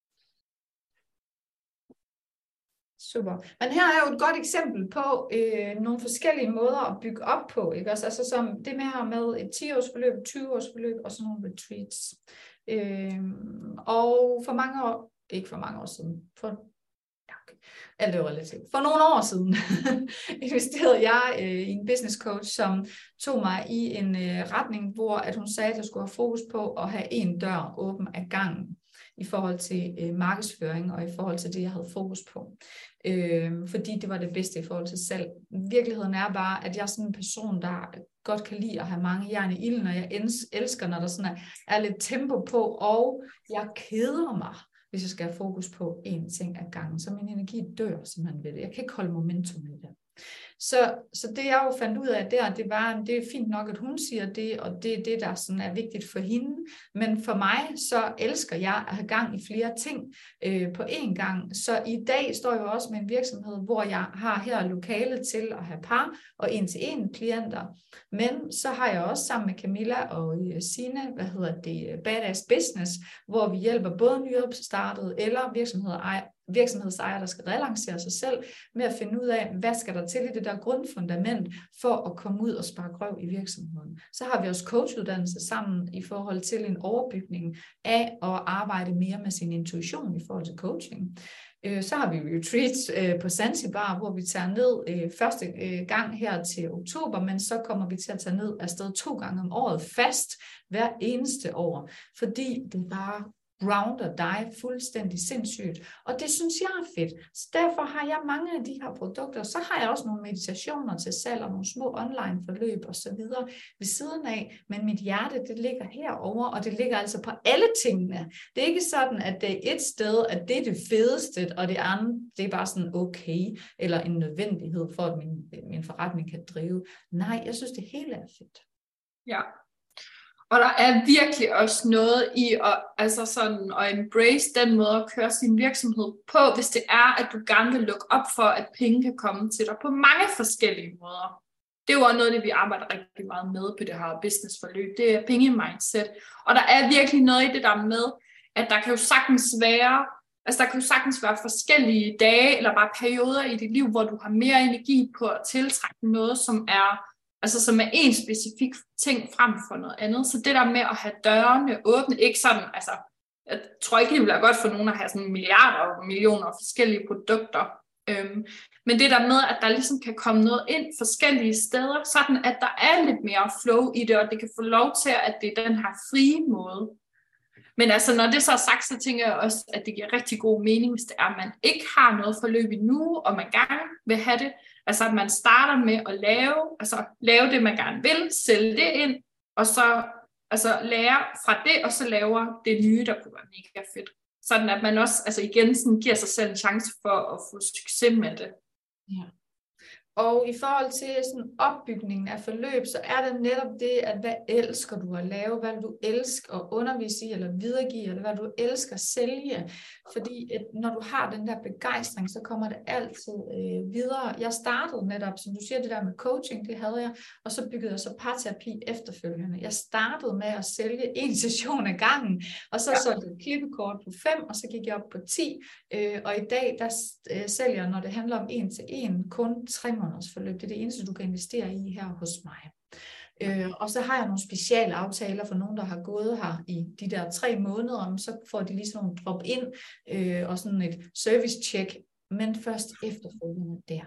Super. Men her er jo et godt eksempel på nogle forskellige måder at bygge op på. Ikke? Altså som det med et 10-års forløb, 20-års forløb og sådan nogle retreats. Og for mange år, ikke for mange år siden, alt det var relativt. For nogle år siden investerede jeg i en business coach, som tog mig i en retning, hvor at hun sagde, at jeg skulle have fokus på at have en dør åben ad gangen i forhold til markedsføring og i forhold til det, jeg havde fokus på. Fordi det var det bedste i forhold til salg. Virkeligheden er bare, at jeg er sådan en person, der godt kan lide at have mange jern i ilden, og jeg elsker, når der sådan er lidt tempo på, og jeg keder mig, hvis jeg skal have fokus på én ting ad gangen. Så min energi dør simpelthen ved det. Jeg kan ikke holde momentum i det. Så det jeg jo fandt ud af der, det er fint nok, at hun siger det, og det er det, der sådan er vigtigt for hende. Men for mig, så elsker jeg at have gang i flere ting på én gang. Så i dag står jeg jo også med en virksomhed, hvor jeg har her lokale til at have par og en-til-en klienter. Men så har jeg også sammen med Camilla og Signe, Badass Business, hvor vi hjælper både nyopstartede eller virksomhedsejere, der skal relancere sig selv, med at finde ud af, hvad skal der til i det der grundfundament, for at komme ud og sparke røv i virksomheden. Så har vi også coachuddannelse sammen i forhold til en overbygning af at arbejde mere med sin intuition i forhold til coaching. Så har vi retreats på Zanzibar, hvor vi tager ned første gang her til oktober, men så kommer vi til at tage ned afsted 2 gange om året fast hver eneste år, fordi det bare grounder dig fuldstændig sindssygt. Og det synes jeg er fedt. Så derfor har jeg mange af de her produkter. Så har jeg også nogle meditationer til salg og nogle små online forløb og så videre ved siden af. Men mit hjerte, det ligger herover, og det ligger altså på alle tingene. Det er ikke sådan, at det er et sted, at det er det fedeste, og det andet, det er bare sådan okay, eller en nødvendighed for, at min forretning kan drive. Nej, jeg synes, det hele er fedt. Ja. Og der er virkelig også noget i at embrace den måde at køre sin virksomhed på, hvis det er, at du gerne vil lukke op for, at penge kan komme til dig på mange forskellige måder. Det er jo også noget, det vi arbejder rigtig meget med på det her businessforløb. Det er penge-mindset. Og der er virkelig noget i det der med, at der kan jo sagtens være forskellige dage, eller bare perioder i dit liv, hvor du har mere energi på at tiltrække noget, som er en specifik ting frem for noget andet. Så det der med at have dørene åbne, ikke sådan, jeg tror ikke, det vil være godt for nogen at have sådan milliarder og millioner af forskellige produkter. Men det der med, at der ligesom kan komme noget ind forskellige steder, sådan at der er lidt mere flow i det, og det kan få lov til, at det er den her frie måde. Men når det så er sagt, så tænker jeg også, at det giver rigtig god mening, hvis det er, at man ikke har noget forløb endnu, og man gerne vil have det. At man starter med at lave det, man gerne vil, sælge det ind, og så lære fra det, og så laver det nye, der kunne være mega fedt. Sådan at man også igen sådan giver sig selv en chance for at få succes med det. Ja. Og i forhold til sådan opbygningen af forløb, så er det netop det, at hvad elsker du at lave, hvad du elsker at undervise i, eller videregive, eller hvad du elsker at sælge. Fordi når du har den der begejstring, så kommer det altid videre. Jeg startede netop, som du siger, det der med coaching, det havde jeg, og så byggede jeg så parterapi efterfølgende. Jeg startede med at sælge en session ad gangen, og så solgte jeg et klippekort på 5, og så gik jeg op på 10, og i dag, der sælger, når det handler om 1-til-1, kun 3 måneders forløb. Det er det eneste, du kan investere i her hos mig. Og så har jeg nogle speciale aftaler for nogen, der har gået her i de der 3 måneder, så får de lige sådan nogle drop-in og sådan et service-check, men først efterfølgende der.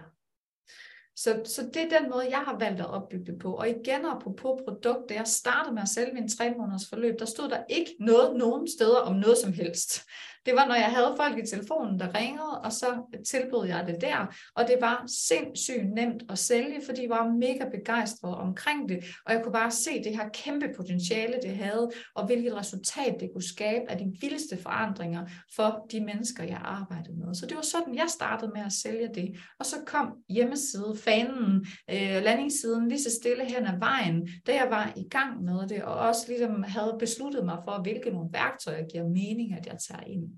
Så det er den måde, jeg har valgt at opbygge det på. Og igen, apropos produkt, da jeg startede med at sælge min 3 måneders forløb, der stod der ikke nogen steder om noget som helst. Det var, når jeg havde folk i telefonen, der ringede, og så tilbød jeg det der. Og det var sindssygt nemt at sælge, fordi jeg var mega begejstret omkring det. Og jeg kunne bare se det her kæmpe potentiale, det havde, og hvilket resultat det kunne skabe af de vildeste forandringer for de mennesker, jeg arbejdede med. Så det var sådan, jeg startede med at sælge det. Og så kom hjemmeside, fanen, landingssiden lige så stille hen ad vejen, da jeg var i gang med det, og også ligesom havde besluttet mig for, hvilke nogle værktøjer giver mening, at jeg tager ind.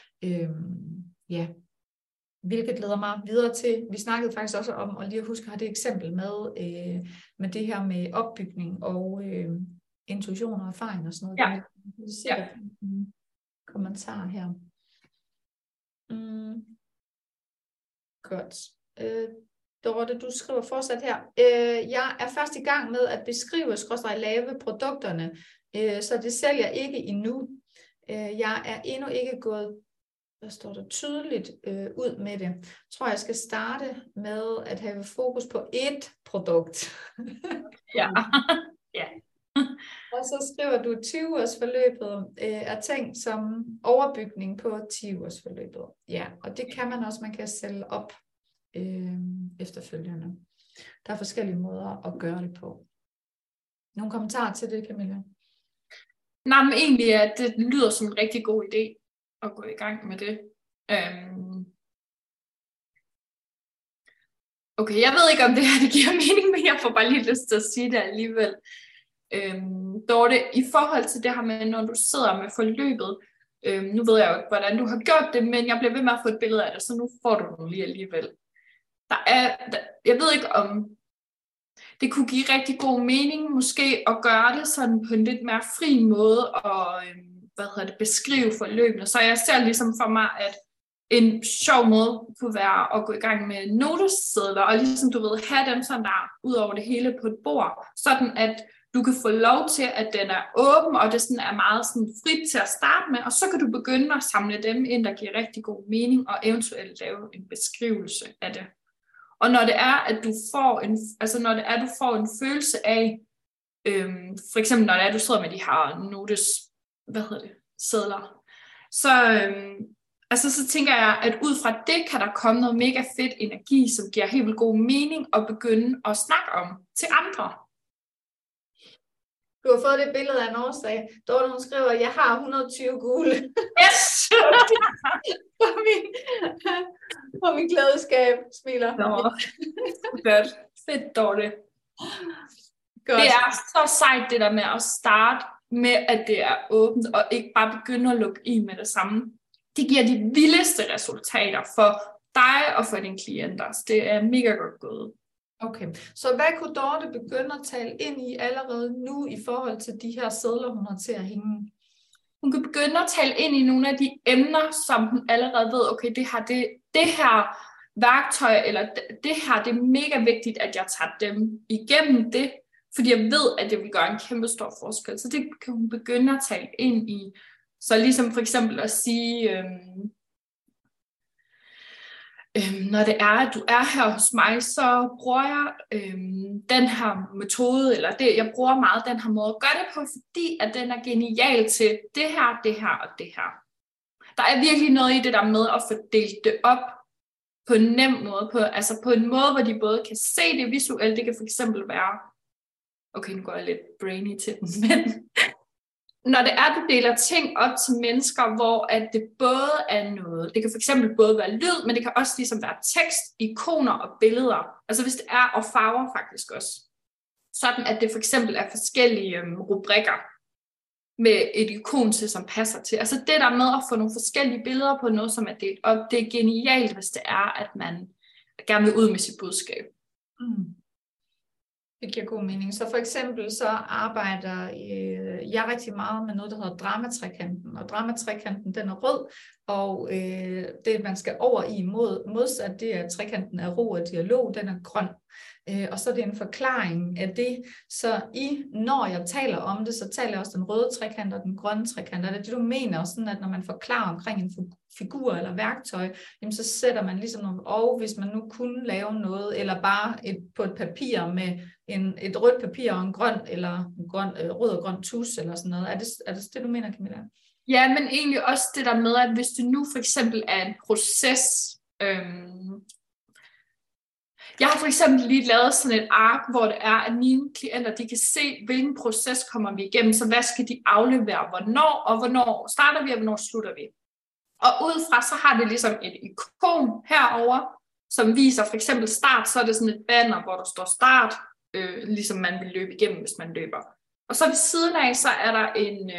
Hvilket leder mig videre til, vi snakkede faktisk også om, og lige at huske at have det eksempel med det her med opbygning og intuition og erfaring og sådan noget. Ja. Kommentar her. Godt. Dorte, du skriver fortsat her. Jeg er først i gang med at beskrive/lave produkterne, så det sælger jeg ikke endnu. Jeg er endnu ikke gået, hvad står der, tydeligt ud med det. Jeg tror, jeg skal starte med at have fokus på ét produkt. Ja. Og så skriver du 20-års forløbet er tænkt som overbygning på 10-års forløbet. Ja, og det kan man også, man kan sælge op efterfølgende. Der er forskellige måder at gøre det på. Nogle kommentarer til det, Camilla? Nej, men egentlig at det lyder som en rigtig god idé at gå i gang med det. Okay, jeg ved ikke, om det her det giver mening, men jeg får bare lige lyst til at sige det alligevel. Dorte, i forhold til det her med, når du sidder med forløbet, nu ved jeg jo ikke, hvordan du har gjort det, men jeg bliver ved med at få et billede af det, så nu får du det lige alligevel. Jeg ved ikke, om det kunne give rigtig god mening måske at gøre det sådan på en lidt mere fri måde og beskrive forløbene. Så jeg ser ligesom for mig, at en sjov måde kunne være at gå i gang med notesedler og ligesom du ved have dem sådan der ud over det hele på et bord, sådan at du kan få lov til, at den er åben, og det sådan er meget sådan frit til at starte med, og så kan du begynde at samle dem ind, der giver rigtig god mening, og eventuelt lave en beskrivelse af det. Og når det er, at du får en følelse af, for eksempel når det er, at du sidder med de her sedler, Så tænker jeg, at ud fra det kan der komme noget mega fedt energi, som giver helt vildt god mening at begynde at snakke om til andre. Du har fået det billede af en årsag. Dorte, hun skriver, jeg har 120 gule. Yes! på min klædeskab, smiler. Godt. Fedt, Dorte. Godt. Det er så sejt det der med at starte med, at det er åbent, og ikke bare begynde at lukke i med det samme. Det giver de vildeste resultater for dig og for dine klienter. Så det er mega godt gået. Okay, så hvad kunne Dorte begynde at tale ind i allerede nu i forhold til de her sedler, hun har til at hænge? Hun kan begynde at tale ind i nogle af de emner, som hun allerede ved, okay, det her værktøj, eller det her, det er mega vigtigt, at jeg tager dem igennem det, fordi jeg ved, at det vil gøre en kæmpe stor forskel. Så det kan hun begynde at tale ind i. Så ligesom for eksempel at sige, når det er, at du er her hos mig, så bruger jeg den her metode, eller det, jeg bruger meget den her måde at gøre det på, fordi at den er genial til det her og det her. Der er virkelig noget i det der med at få delt det op på en nem måde, på en måde, hvor de både kan se det visuelt. Det kan for eksempel være, okay, nu går jeg lidt brainy til den, men når det er, at du deler ting op til mennesker, hvor at det både er noget, det kan for eksempel både være lyd, men det kan også ligesom være tekst, ikoner og billeder. Altså hvis det er, og farver faktisk også. Sådan at det for eksempel er forskellige rubrikker med et ikon til, som passer til. Altså det der med at få nogle forskellige billeder på noget, som er delt op, det er genialt, hvis det er, at man gerne vil ud med sit budskab. Det giver god mening. Så for eksempel så arbejder jeg rigtig meget med noget, der hedder dramatrekanten. Og dramatrekanten, den er rød, og det man skal over i modsat, det er trekanten af ro og dialog, den er grøn. Og så er det en forklaring af det. Så når jeg taler om det, så taler jeg også den røde trekant og den grønne trekant. Og det er det, du mener, sådan at når man forklarer omkring en figur eller værktøj, jamen så sætter man ligesom nogle, og hvis man nu kunne lave noget, eller bare på et papir med et rødt papir og en grøn, eller en rød og grøn tus, eller sådan noget. Er det det, du mener, Camilla? Ja, men egentlig også det der med, at hvis det nu for eksempel er en proces. Jeg har for eksempel lige lavet sådan et ark, hvor det er, at mine klienter, de kan se, hvilken proces kommer vi igennem, så hvad skal de aflevere, hvornår, og hvornår starter vi, og hvornår slutter vi. Og udefra, så har det ligesom et ikon herover, som viser for eksempel start, så er det sådan et banner, hvor der står start, ligesom man vil løbe igennem, hvis man løber. Og så ved siden af, så er der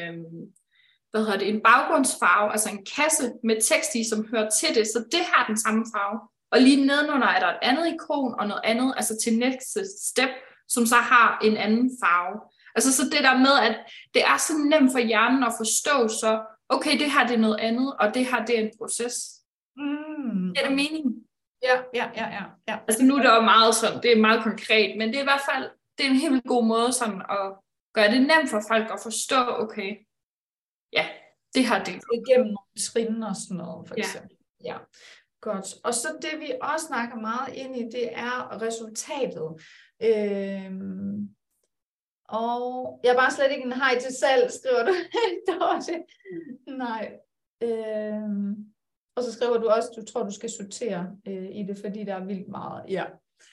en baggrundsfarve, altså en kasse med tekst i, som hører til det, så det har den samme farve. Og lige nedenunder er der et andet ikon og noget andet, altså til næste step, som så har en anden farve. Altså så det der med, at det er så nemt for hjernen at forstå, så okay, det her det er noget andet, og det her det er en proces. Er det meningen? Ja. Altså nu er det jo meget sådan, det er meget konkret, men det er i hvert fald, det er en helt god måde sådan at gøre det nemt for folk at forstå, okay, ja, det her det. Igennem nogle trin og sådan noget, for eksempel. Ja. Godt. Og så det, vi også snakker meget ind i, det er resultatet. Og jeg er bare slet ikke en hej til salg, skriver du. Nej. Og så skriver du også, du tror, du skal sortere i det, fordi der er vildt meget. Ja.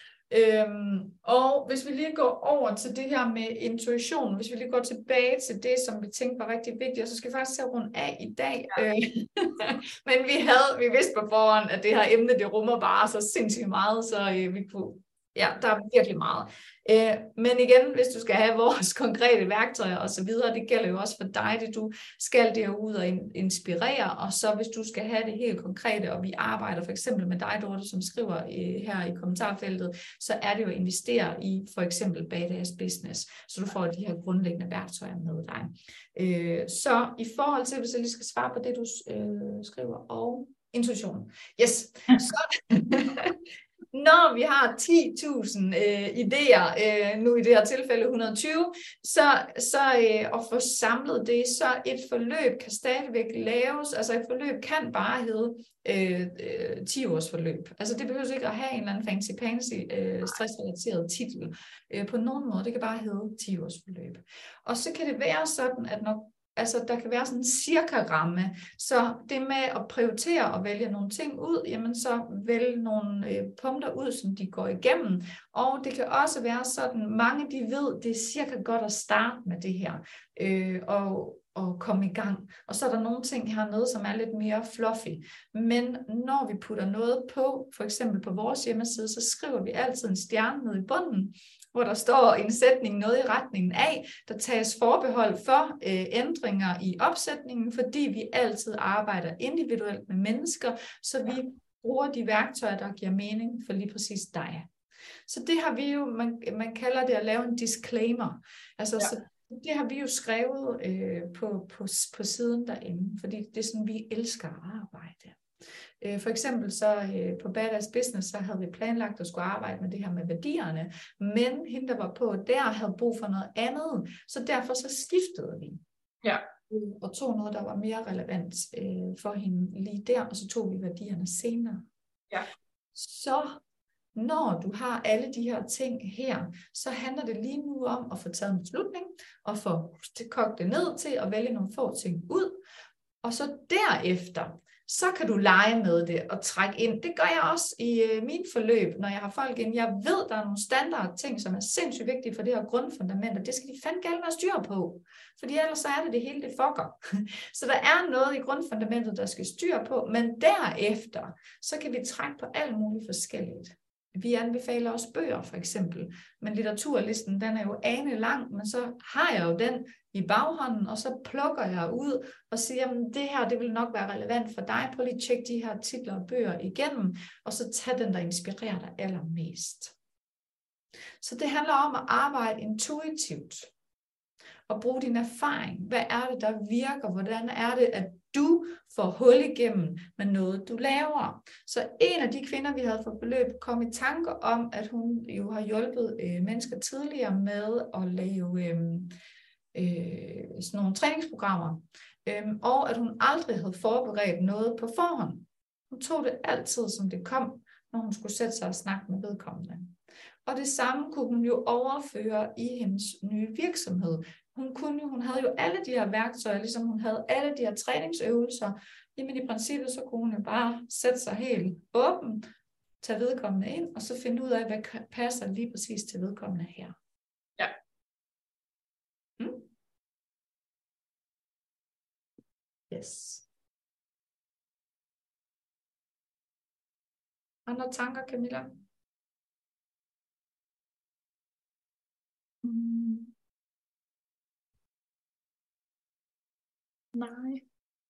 Og hvis vi lige går over til det her med intuition, hvis vi lige går tilbage til det, som vi tænkte var rigtig vigtigt, og så skal vi faktisk til at runde af i dag. Ja. Men vi vidste på forhånd, at det her emne, det rummer bare så sindssygt meget, så vi kunne, ja, der er virkelig meget. Men igen, hvis du skal have vores konkrete værktøjer og så videre, det gælder jo også for dig, det du skal derud og inspirere, og så hvis du skal have det helt konkrete, og vi arbejder for eksempel med dig, Dorte, som skriver her i kommentarfeltet, så er det jo at investere i for eksempel Badass Business, så du får de her grundlæggende værktøjer med dig. Så i forhold til, hvis jeg lige skal svare på det, du skriver, og intuition. Yes. Så når vi har 10.000 idéer, nu i det her tilfælde 120, så at få samlet det, så et forløb kan stadigvæk laves, altså et forløb kan bare hedde 10 års forløb. Altså det behøver ikke at have en eller anden fancy stressrelateret titel på nogen måde, det kan bare hedde 10 års forløb. Og så kan det være sådan, at når altså der kan være sådan en cirka-ramme. Så det med at prioritere og vælge nogle ting ud, jamen så vælge nogle punkter ud, som de går igennem. Og det kan også være sådan, mange de ved, det er cirka godt at starte med det her, og komme i gang. Og så er der nogle ting hernede, som er lidt mere fluffy. Men når vi putter noget på, for eksempel på vores hjemmeside, så skriver vi altid en stjerne ned i bunden, hvor der står en sætning noget i retningen af, der tages forbehold for ændringer i opsætningen, fordi vi altid arbejder individuelt med mennesker, så vi bruger de værktøjer, der giver mening for lige præcis dig. Så det har vi jo, man kalder det at lave en disclaimer. Altså, så det har vi jo skrevet på siden derinde, fordi det er sådan, vi elsker at arbejde. For eksempel så på Badass Business, så havde vi planlagt at skulle arbejde med det her med værdierne, men hende, der var på der, havde brug for noget andet, så derfor så skiftede vi. Ja. Og tog noget, der var mere relevant for hende lige der, og så tog vi værdierne senere. Ja. Så når du har alle de her ting her, så handler det lige nu om at få taget en beslutning, og få kogt det ned til at vælge nogle få ting ud, og så derefter, så kan du lege med det og trække ind. Det gør jeg også i min forløb, når jeg har folk ind. Jeg ved, der er nogle standard ting, som er sindssygt vigtige for det her grundfundament, og det skal de fandme galt med at styre på. Fordi ellers så er det hele, det fucker. Så der er noget i grundfundamentet, der skal styre på, men derefter, så kan vi trække på alt muligt forskelligt. Vi anbefaler også bøger, for eksempel. Men litteraturlisten, den er jo ane lang, men så har jeg jo den i baghånden, og så plukker jeg ud og siger, at det her, det vil nok være relevant for dig. Prøv lige at tjekke de her titler og bøger igennem, og så tag den, der inspirerer dig allermest. Så det handler om at arbejde intuitivt og bruge din erfaring. Hvad er det, der virker? Hvordan er det, at du får hul igennem med noget, du laver? Så en af de kvinder, vi havde for forløb, kom i tanker om, at hun jo har hjulpet mennesker tidligere med at lave sådan nogle træningsprogrammer, og at hun aldrig havde forberedt noget på forhånd. Hun tog det altid, som det kom, når hun skulle sætte sig og snakke med vedkommende. Og det samme kunne hun jo overføre i hendes nye virksomhed. Hun havde jo alle de her værktøjer, ligesom hun havde alle de her træningsøvelser. Jamen i princippet, så kunne hun jo bare sætte sig helt åben, tage vedkommende ind, og så finde ud af, hvad passer lige præcis til vedkommende her. Ja. Yes. Andre tanker, Camilla? Nej.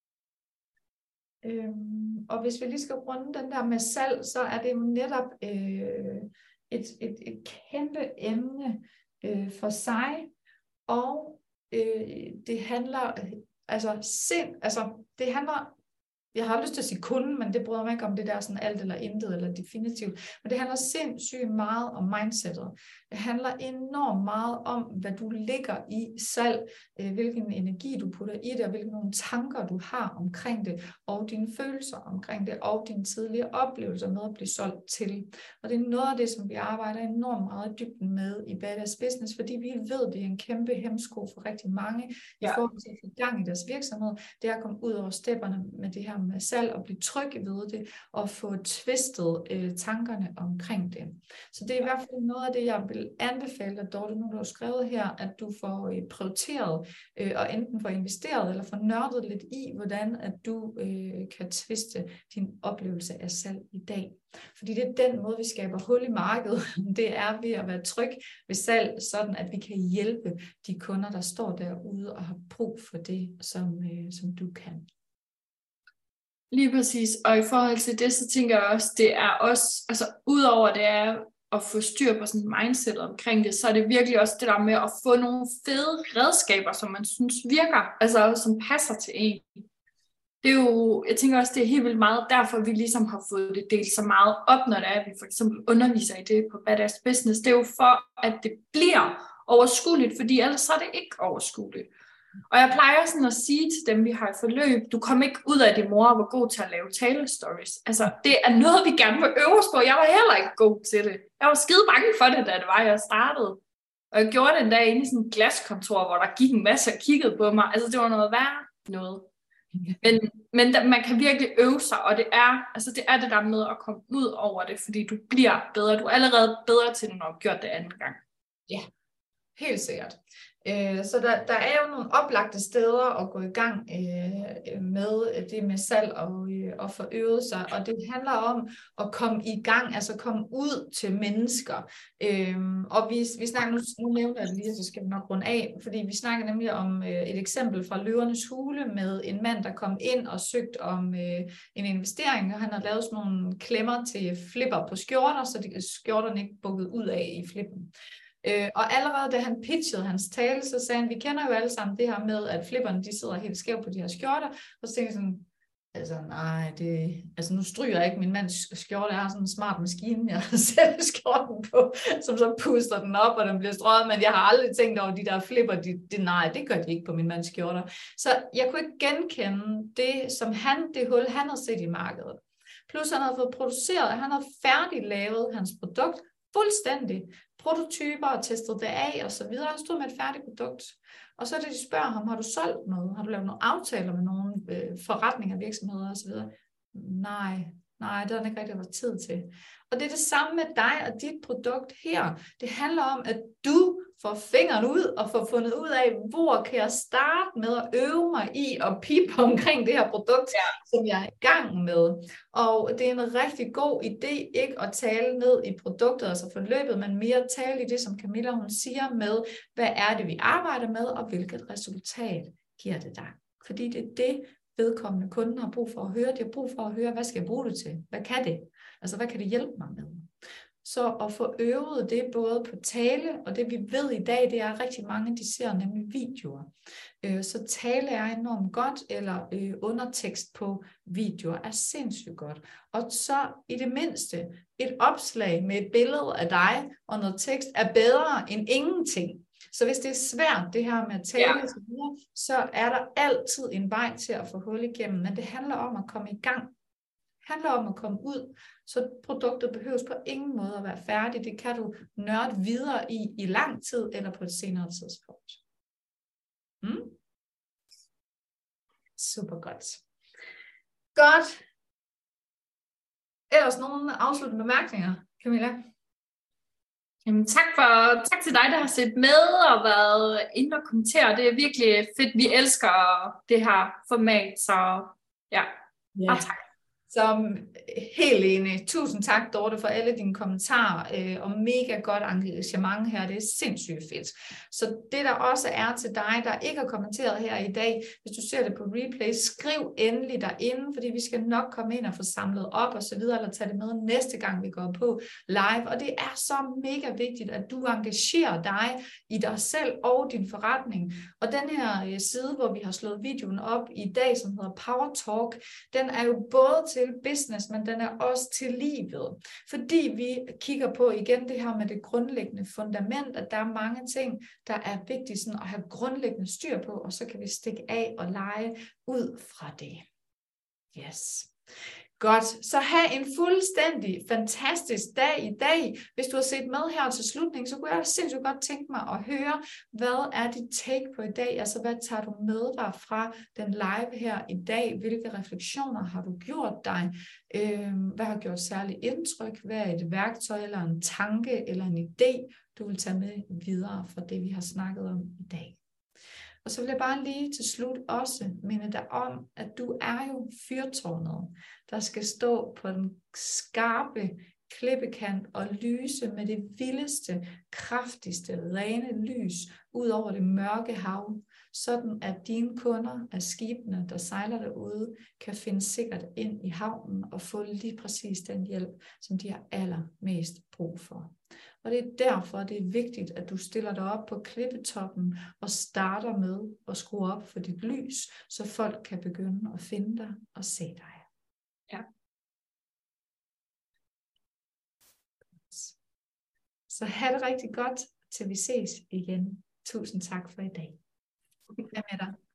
Og hvis vi lige skal runde den der med salg, så er det jo netop et kæmpe emne for sig, og det handler det handler, jeg har lyst til at sige kun, men det bryder mig ikke om det der sådan alt eller intet eller definitivt, men det handler sindssygt meget om mindsetet. Det handler enormt meget om, hvad du lægger i salg, hvilken energi du putter i det, og hvilke nogle tanker du har omkring det, og dine følelser omkring det, og dine tidligere oplevelser med at blive solgt til. Og det er noget af det, som vi arbejder enormt meget i dybden med i Badass Business, fordi vi ved, det er en kæmpe hemsko for rigtig mange i forhold til at få gang i deres virksomhed. Det er at komme ud over stepperne med det her med salg og blive tryg ved det og få twistet tankerne omkring det. Så det er i hvert fald noget af det, jeg vil anbefale dig, Dorte, nu du har skrevet her, at du får prioriteret og enten får investeret eller får nørdet lidt i, hvordan at du kan twiste din oplevelse af salg i dag. Fordi det er den måde, vi skaber hul i markedet. Det er ved at være tryg ved salg, sådan at vi kan hjælpe de kunder, der står derude og har brug for det, som du kan. Lige præcis, og i forhold til det, så tænker jeg også, det er også, altså udover det er at få styr på sådan en mindset omkring det, så er det virkelig også det der med at få nogle fede redskaber, som man synes virker, altså som passer til en. Det er jo, jeg tænker også, det er helt vildt meget derfor, vi ligesom har fået det delt så meget op, når det er, at vi for eksempel underviser i det på Badass Business. Det er jo for, at det bliver overskueligt, fordi ellers så er det ikke overskueligt. Og jeg plejer sådan at sige til dem, vi har i forløb, du kom ikke ud af, at din mor var god til at lave talestories. Altså, det er noget, vi gerne vil øve os på. Jeg var heller ikke god til det. Jeg var skide bange for det, da det var, jeg startede. Og jeg gjorde det en dag inde i sådan et glaskontor, hvor der gik en masse og kiggede på mig. Altså det var noget værre noget. Men man kan virkelig øve sig, og det er det der med at komme ud over det, fordi du bliver bedre. Du er allerede bedre til, når du har gjort det anden gang. Ja, helt sikkert. Så der er jo nogle oplagte steder at gå i gang med det med salg og få øvet sig, og det handler om at komme i gang, altså komme ud til mennesker. Og vi snakker nu nævner jeg det lige, så skal vi nok runde af, fordi vi snakker nemlig om et eksempel fra Løvernes Hule med en mand, der kom ind og søgte om en investering, og han har lavet sådan nogle klemmer til flipper på skjorter, så skjorterne ikke bukket ud af i flippen. Og allerede da han pitchede hans tale, så sagde han, vi kender jo alle sammen det her med, at flipperne de sidder helt skævt på de her skjorter, og så tænkte jeg sådan, altså nu stryger jeg ikke min mands skjorte, jeg har sådan en smart maskine, jeg sætter skjorten på, som så puster den op, og den bliver strøget, men jeg har aldrig tænkt over de der flipper, det gør de ikke på min mands skjorter. Så jeg kunne ikke genkende det, som det hul, han havde set i markedet. Plus han havde fået produceret, han havde færdigt lavet hans produkt, fuldstændig prototyper og testet det af og så videre. Han stod med et færdigt produkt. Og så er det, de spørger ham, har du solgt noget? Har du lavet nogle aftaler med nogle forretninger, virksomheder og så videre? Nej, det har han ikke rigtig været tid til. Og det er det samme med dig og dit produkt her. Det handler om, at du får fingeren ud og får fundet ud af, hvor kan jeg starte med at øve mig i at pipe omkring det her produkt, som jeg er i gang med. Og det er en rigtig god idé ikke at tale ned i produktet, altså forløbet, men mere tale i det, som Camilla hun siger med, hvad er det, vi arbejder med, og hvilket resultat giver det dig. Fordi det er det, vedkommende kunden har brug for at høre. De har brug for at høre, hvad skal jeg bruge det til? Hvad kan det? Altså, hvad kan det hjælpe mig med? Så at få øvet det både på tale, og det vi ved i dag, det er, at rigtig mange, de ser nemlig videoer. Så tale er enormt godt, eller undertekst på videoer er sindssygt godt. Og så i det mindste, et opslag med et billede af dig og noget tekst er bedre end ingenting. Så hvis det er svært, det her med at tale, så er der altid en vej til at få hul igennem, men det handler om at komme i gang. Det handler om at komme ud, så produktet behøves på ingen måde at være færdigt. Det kan du nørde videre i lang tid eller på et senere tidspunkt. Super godt. Godt. Ellers nogle afsluttende bemærkninger, Camilla? Jamen, tak til dig, der har set med og været inde og kommenteret. Det er virkelig fedt. Vi elsker det her format, så ja. Og tak. Så helt enig. Tusind tak, Dorte, for alle dine kommentarer og mega godt engagement her. Det er sindssygt fedt. Så det der også er til dig, der ikke har kommenteret her i dag, hvis du ser det på replay, skriv endelig derinde, fordi vi skal nok komme ind og få samlet op og så videre, eller tage det med næste gang, vi går på live. Og det er så mega vigtigt, at du engagerer dig i dig selv og din forretning. Og den her side, hvor vi har slået videoen op i dag, som hedder Power Talk, den er jo både til business, men den er også til livet. Fordi vi kigger på igen det her med det grundlæggende fundament, at der er mange ting, der er vigtigt sådan at have grundlæggende styr på, og så kan vi stikke af og lege ud fra det. Yes. Godt, så have en fuldstændig fantastisk dag i dag. Hvis du har set med her til slutningen, så kunne jeg sindssygt godt tænke mig at høre, hvad er dit take på i dag? Altså, hvad tager du med dig fra den live her i dag? Hvilke refleksioner har du gjort dig? Hvad har gjort særligt indtryk? Hvad er et værktøj, eller en tanke, eller en idé, du vil tage med videre fra det, vi har snakket om i dag? Og så vil jeg bare lige til slut også minde dig om, at du er jo fyrtårnet, der skal stå på den skarpe klippekant og lyse med det vildeste, kraftigste, rene lys ud over det mørke hav, sådan at dine kunder af skibene, der sejler derude, kan finde sikkert ind i havnen og få lige præcis den hjælp, som de har allermest brug for. Og det er derfor, det er vigtigt, at du stiller dig op på klippetoppen og starter med at skrue op for dit lys, så folk kan begynde at finde dig og se dig. Ja. Så have det rigtig godt, til vi ses igen. Tusind tak for i dag. Hvad med dig?